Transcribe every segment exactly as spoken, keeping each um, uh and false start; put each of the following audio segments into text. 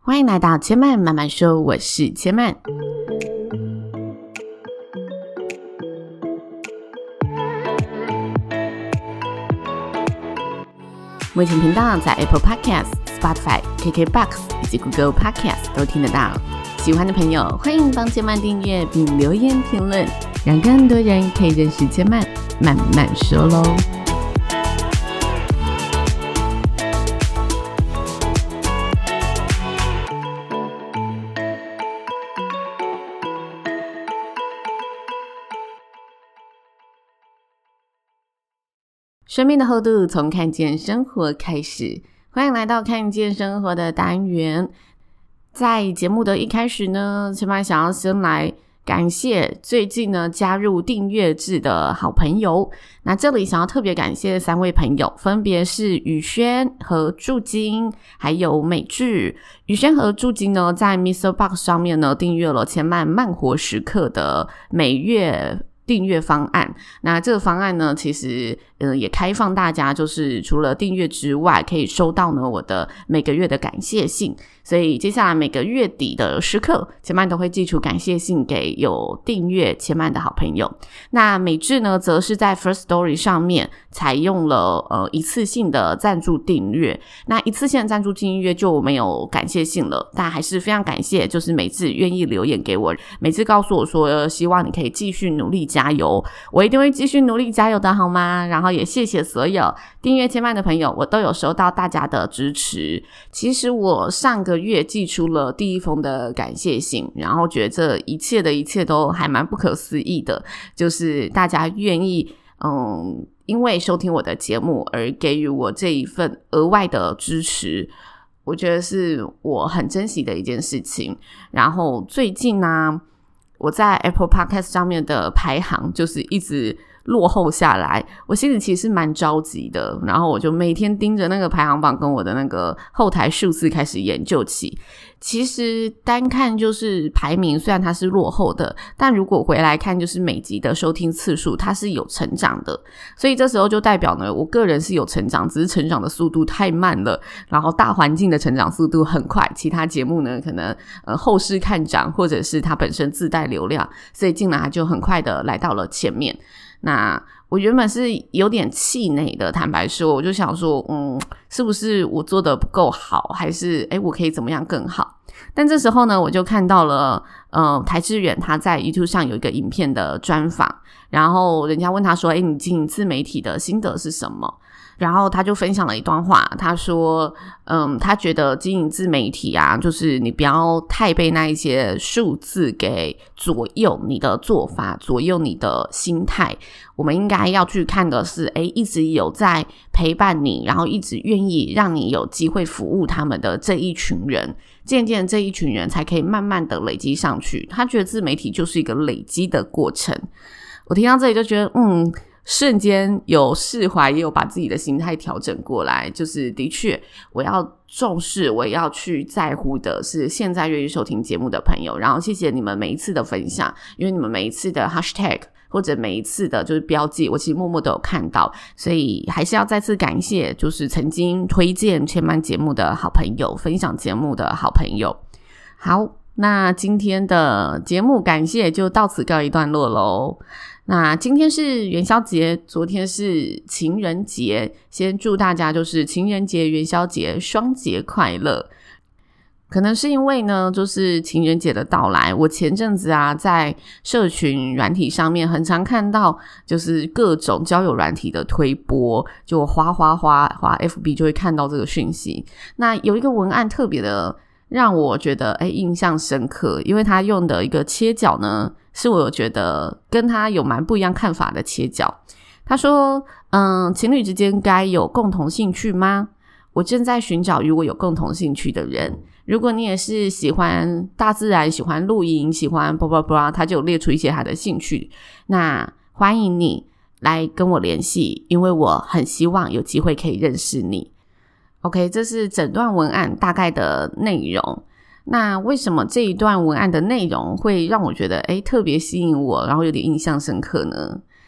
欢迎来到千曼慢慢说，我是千曼。目前频道在 Apple Podcast、Spotify、K K B O X 以及 Google Podcast 都听得到。喜欢的朋友欢迎帮千曼订阅并留言评论，让更多人可以认识千曼慢慢说咯。生命的厚度从看见生活开始，欢迎来到看见生活的单元。在节目的一开始呢，千曼想要先来感谢最近呢加入订阅制的好朋友。那这里想要特别感谢三位朋友，分别是宇轩和祝金还有美智。宇轩和祝金呢在 Mister Box 上面呢订阅了千曼慢活时刻的每月订阅方案。那这个方案呢其实呃也开放大家，就是除了订阅之外可以收到呢我的每个月的感谢信。所以接下来每个月底的时刻，千曼都会寄出感谢信给有订阅千曼的好朋友。那美智呢则是在 First Story 上面采用了呃一次性的赞助订阅。那一次性的赞助订阅就没有感谢信了，但还是非常感谢就是美智愿意留言给我，美智告诉我说希望你可以继续努力加油，我一定会继续努力加油的好吗？然后也谢谢所有订阅千曼的朋友，我都有收到大家的支持。其实我上个月寄出了第一封的感谢信，然后觉得这一切的一切都还蛮不可思议的，就是大家愿意嗯，因为收听我的节目而给予我这一份额外的支持，我觉得是我很珍惜的一件事情。然后最近呢，我在 Apple Podcast 上面的排行就是一直落后下来，我心里其实蛮着急的，然后我就每天盯着那个排行榜跟我的那个后台数字开始研究起。其实单看就是排名虽然它是落后的，但如果回来看就是每集的收听次数它是有成长的，所以这时候就代表呢我个人是有成长，只是成长的速度太慢了，然后大环境的成长速度很快，其他节目呢可能呃后市看涨，或者是它本身自带流量，所以进来就很快的来到了前面。那我原本是有点气馁的，坦白说我就想说嗯，是不是我做的不够好，还是诶我可以怎么样更好。但这时候呢我就看到了呃台志远他在 YouTube 上有一个影片的专访，然后人家问他说诶你经营自媒体的心得是什么，然后他就分享了一段话，他说嗯，他觉得经营自媒体啊，就是你不要太被那一些数字给左右你的做法，左右你的心态。我们应该要去看的是诶一直有在陪伴你，然后一直愿意让你有机会服务他们的这一群人，渐渐这一群人才可以慢慢的累积上去。他觉得自媒体就是一个累积的过程。我听到这里就觉得嗯，瞬间有释怀，也有把自己的心态调整过来，就是的确我要重视，我要去在乎的是现在愿意收听节目的朋友，然后谢谢你们每一次的分享，因为你们每一次的 hashtag 或者每一次的就是标记我其实默默都有看到，所以还是要再次感谢就是曾经推荐千曼节目的好朋友，分享节目的好朋友。好，那今天的节目感谢就到此告一段落咯。那今天是元宵节，昨天是情人节，先祝大家就是情人节、元宵节双节快乐。可能是因为呢就是情人节的到来，我前阵子啊在社群软体上面很常看到就是各种交友软体的推播，就滑滑滑滑 F B 就会看到这个讯息。那有一个文案特别的让我觉得诶印象深刻，因为他用的一个切角呢是我觉得跟他有蛮不一样看法的切角。他说嗯，情侣之间该有共同兴趣吗？我正在寻找与我有共同兴趣的人，如果你也是喜欢大自然，喜欢露营，喜欢 blah blah blah， 他就有列出一些他的兴趣，那欢迎你来跟我联系，因为我很希望有机会可以认识你。 OK， 这是整段文案大概的内容。那为什么这一段文案的内容会让我觉得诶特别吸引我，然后有点印象深刻呢？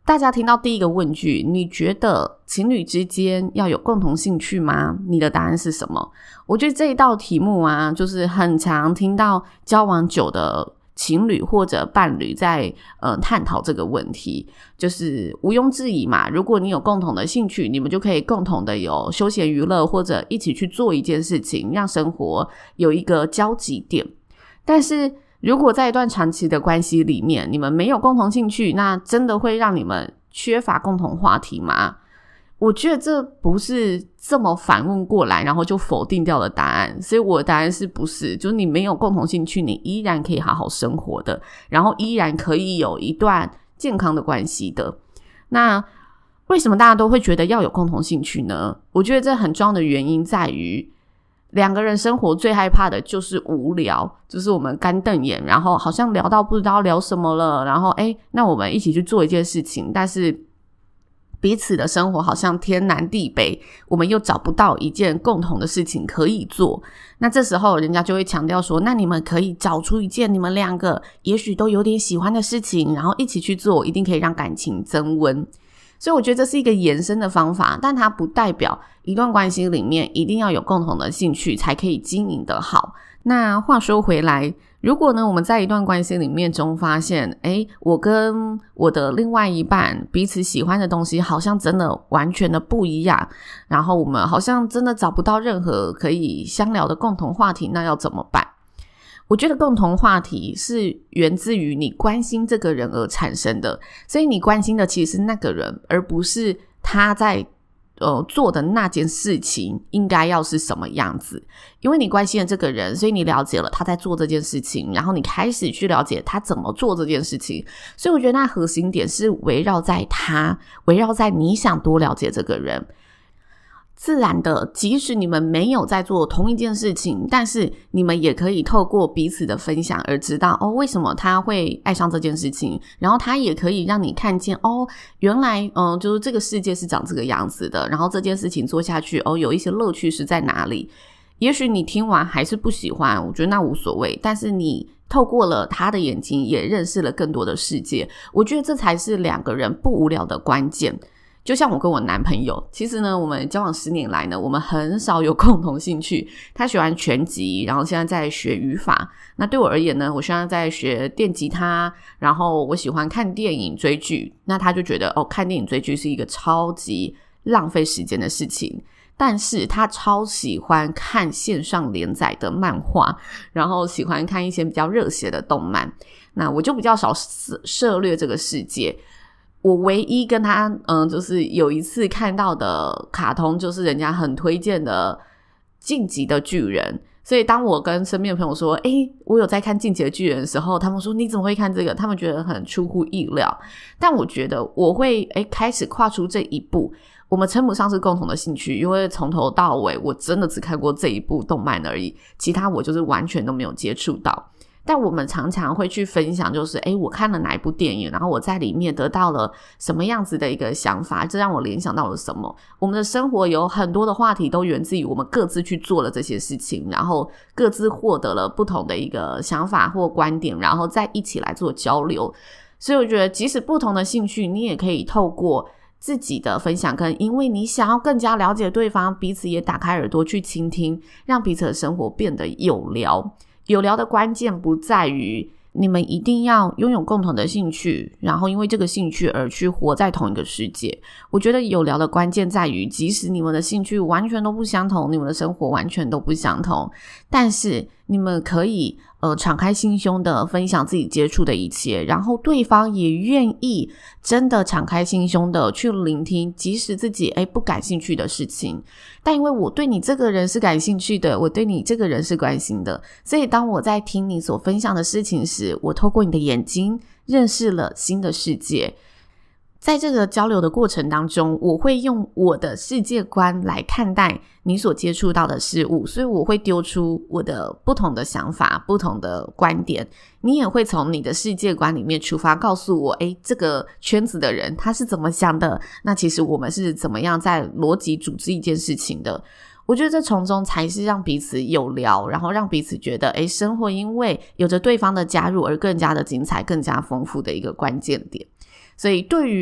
大家听到第一个问句，你觉得情侣之间要有共同兴趣吗？你的答案是什么？我觉得这一道题目啊，就是很常听到交往久的情侣或者伴侣在呃探讨这个问题，就是毋庸置疑嘛，如果你有共同的兴趣，你们就可以共同的有休闲娱乐，或者一起去做一件事情，让生活有一个交集点。但是如果在一段长期的关系里面，你们没有共同兴趣，那真的会让你们缺乏共同话题吗？我觉得这不是这么反问过来然后就否定掉的答案，所以我的答案是不是，就是你没有共同兴趣，你依然可以好好生活的，然后依然可以有一段健康的关系的。那为什么大家都会觉得要有共同兴趣呢？我觉得这很重要的原因在于，两个人生活最害怕的就是无聊，就是我们干瞪眼，然后好像聊到不知道聊什么了，然后诶那我们一起去做一件事情，但是彼此的生活好像天南地北，我们又找不到一件共同的事情可以做。那这时候人家就会强调说，那你们可以找出一件你们两个也许都有点喜欢的事情，然后一起去做，一定可以让感情增温。所以我觉得这是一个延伸的方法，但它不代表一段关系里面一定要有共同的兴趣才可以经营得好。那话说回来，如果呢我们在一段关系里面中发现，诶我跟我的另外一半彼此喜欢的东西好像真的完全的不一样，然后我们好像真的找不到任何可以相聊的共同话题，那要怎么办？我觉得共同话题是源自于你关心这个人而产生的，所以你关心的其实是那个人，而不是他在呃做的那件事情应该要是什么样子。因为你关心了这个人，所以你了解了他在做这件事情，然后你开始去了解他怎么做这件事情。所以我觉得那核心点是围绕在他，围绕在你想多了解这个人。自然的，即使你们没有在做同一件事情，但是你们也可以透过彼此的分享而知道哦，为什么他会爱上这件事情，然后他也可以让你看见哦，原来嗯，就是这个世界是长这个样子的，然后这件事情做下去哦，有一些乐趣是在哪里。也许你听完还是不喜欢，我觉得那无所谓，但是你透过了他的眼睛也认识了更多的世界，我觉得这才是两个人不无聊的关键。就像我跟我男朋友，其实呢我们交往十年来呢，我们很少有共同兴趣。他喜欢拳击，然后现在在学语法。那对我而言呢，我现在在学电吉他，然后我喜欢看电影追剧。那他就觉得哦，看电影追剧是一个超级浪费时间的事情，但是他超喜欢看线上连载的漫画，然后喜欢看一些比较热血的动漫。那我就比较少涉猎这个世界。我唯一跟他嗯，就是有一次看到的卡通，就是人家很推荐的晋级的巨人。所以当我跟身边的朋友说诶我有在看晋级的巨人的时候，他们说你怎么会看这个，他们觉得很出乎意料。但我觉得我会诶开始跨出这一步，我们称不上是共同的兴趣，因为从头到尾我真的只看过这一部动漫而已，其他我就是完全都没有接触到。但我们常常会去分享，就是诶我看了哪一部电影，然后我在里面得到了什么样子的一个想法，这让我联想到了什么。我们的生活有很多的话题都源自于我们各自去做了这些事情，然后各自获得了不同的一个想法或观点，然后再一起来做交流。所以我觉得即使不同的兴趣，你也可以透过自己的分享，跟因为你想要更加了解对方，彼此也打开耳朵去倾听，让彼此的生活变得有聊。有聊的关键不在于你们一定要拥有共同的兴趣，然后因为这个兴趣而去活在同一个世界。我觉得有聊的关键在于，即使你们的兴趣完全都不相同，你们的生活完全都不相同，但是你们可以呃敞开心胸的分享自己接触的一切，然后对方也愿意真的敞开心胸的去聆听即使自己诶不感兴趣的事情。但因为我对你这个人是感兴趣的，我对你这个人是关心的，所以当我在听你所分享的事情时，我透过你的眼睛认识了新的世界。在这个交流的过程当中，我会用我的世界观来看待你所接触到的事物，所以我会丢出我的不同的想法，不同的观点，你也会从你的世界观里面出发，告诉我诶这个圈子的人他是怎么想的，那其实我们是怎么样在逻辑组织一件事情的。我觉得这从中才是让彼此有聊，然后让彼此觉得诶生活因为有着对方的加入而更加的精彩，更加丰富的一个关键点。所以对于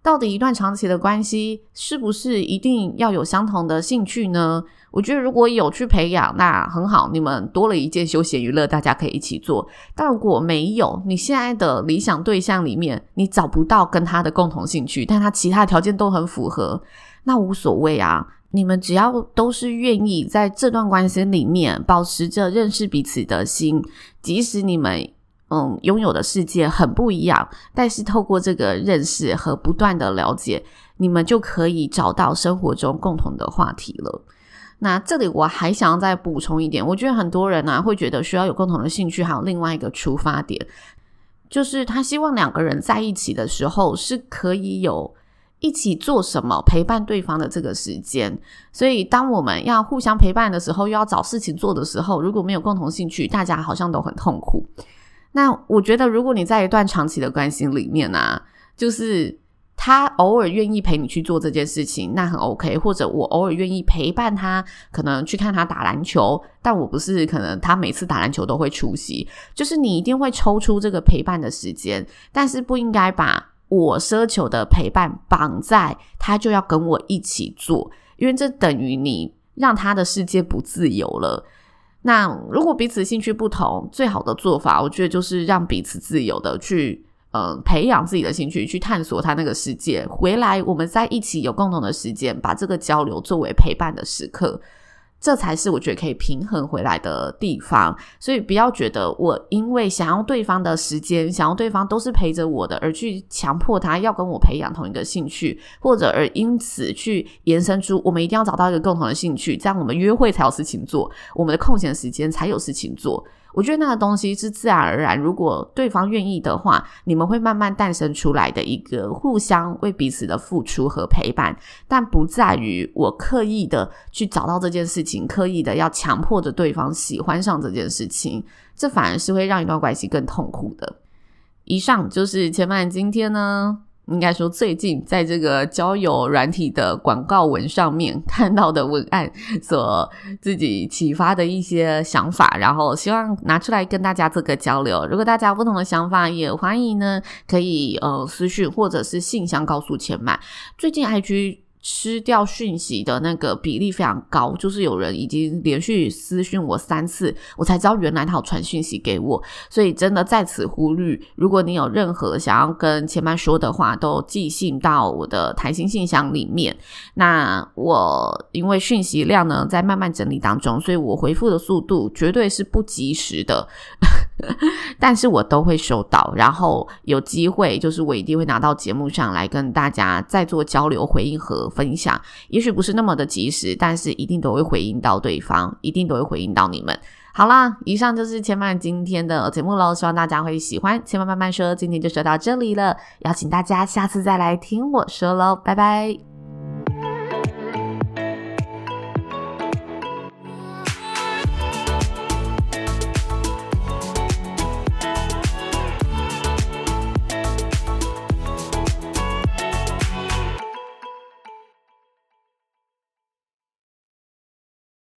到底一段长期的关系是不是一定要有相同的兴趣呢？我觉得如果有去培养，那很好，你们多了一件休闲娱乐，大家可以一起做。但如果没有，你现在的理想对象里面你找不到跟他的共同兴趣，但他其他条件都很符合，那无所谓啊，你们只要都是愿意在这段关系里面保持着认识彼此的心，即使你们嗯拥有的世界很不一样，但是透过这个认识和不断的了解，你们就可以找到生活中共同的话题了。那这里我还想要再补充一点，我觉得很多人啊会觉得需要有共同的兴趣，还有另外一个出发点，就是他希望两个人在一起的时候是可以有一起做什么陪伴对方的这个时间。所以当我们要互相陪伴的时候，又要找事情做的时候，如果没有共同兴趣，大家好像都很痛苦。那我觉得如果你在一段长期的关系里面啊，就是他偶尔愿意陪你去做这件事情，那很 OK， 或者我偶尔愿意陪伴他，可能去看他打篮球，但我不是可能他每次打篮球都会出席，就是你一定会抽出这个陪伴的时间，但是不应该把我奢求的陪伴绑在他就要跟我一起做，因为这等于你让他的世界不自由了。那如果彼此兴趣不同，最好的做法我觉得就是让彼此自由的去呃，培养自己的兴趣，去探索他那个世界，回来我们在一起有共同的时间，把这个交流作为陪伴的时刻，这才是我觉得可以平衡回来的地方。所以不要觉得我因为想要对方的时间，想要对方都是陪着我的，而去强迫他要跟我培养同一个兴趣，或者而因此去延伸出我们一定要找到一个共同的兴趣，这样我们约会才有事情做，我们的空闲时间才有事情做。我觉得那个东西是自然而然，如果对方愿意的话，你们会慢慢诞生出来的一个互相为彼此的付出和陪伴，但不在于我刻意的去找到这件事情，刻意的要强迫着对方喜欢上这件事情，这反而是会让一段关系更痛苦的。以上就是千曼今天呢应该说最近在这个交友软体的广告文上面看到的文案所自己启发的一些想法，然后希望拿出来跟大家做个交流。如果大家有不同的想法，也欢迎呢可以呃私讯或者是信箱告诉千曼。最近 I G吃掉讯息的那个比例非常高，就是有人已经连续私讯我三次，我才知道原来他有传讯息给我。所以真的在此呼吁，如果你有任何想要跟千曼说的话，都寄信到我的台新信箱里面。那我因为讯息量呢在慢慢整理当中，所以我回复的速度绝对是不及时的但是我都会收到，然后有机会就是我一定会拿到节目上来跟大家再做交流回应和分享，也许不是那么的及时，但是一定都会回应到对方，一定都会回应到你们。好啦，以上就是千曼今天的节目咯，希望大家会喜欢。千曼慢慢说今天就说到这里了，邀请大家下次再来听我说咯，拜拜。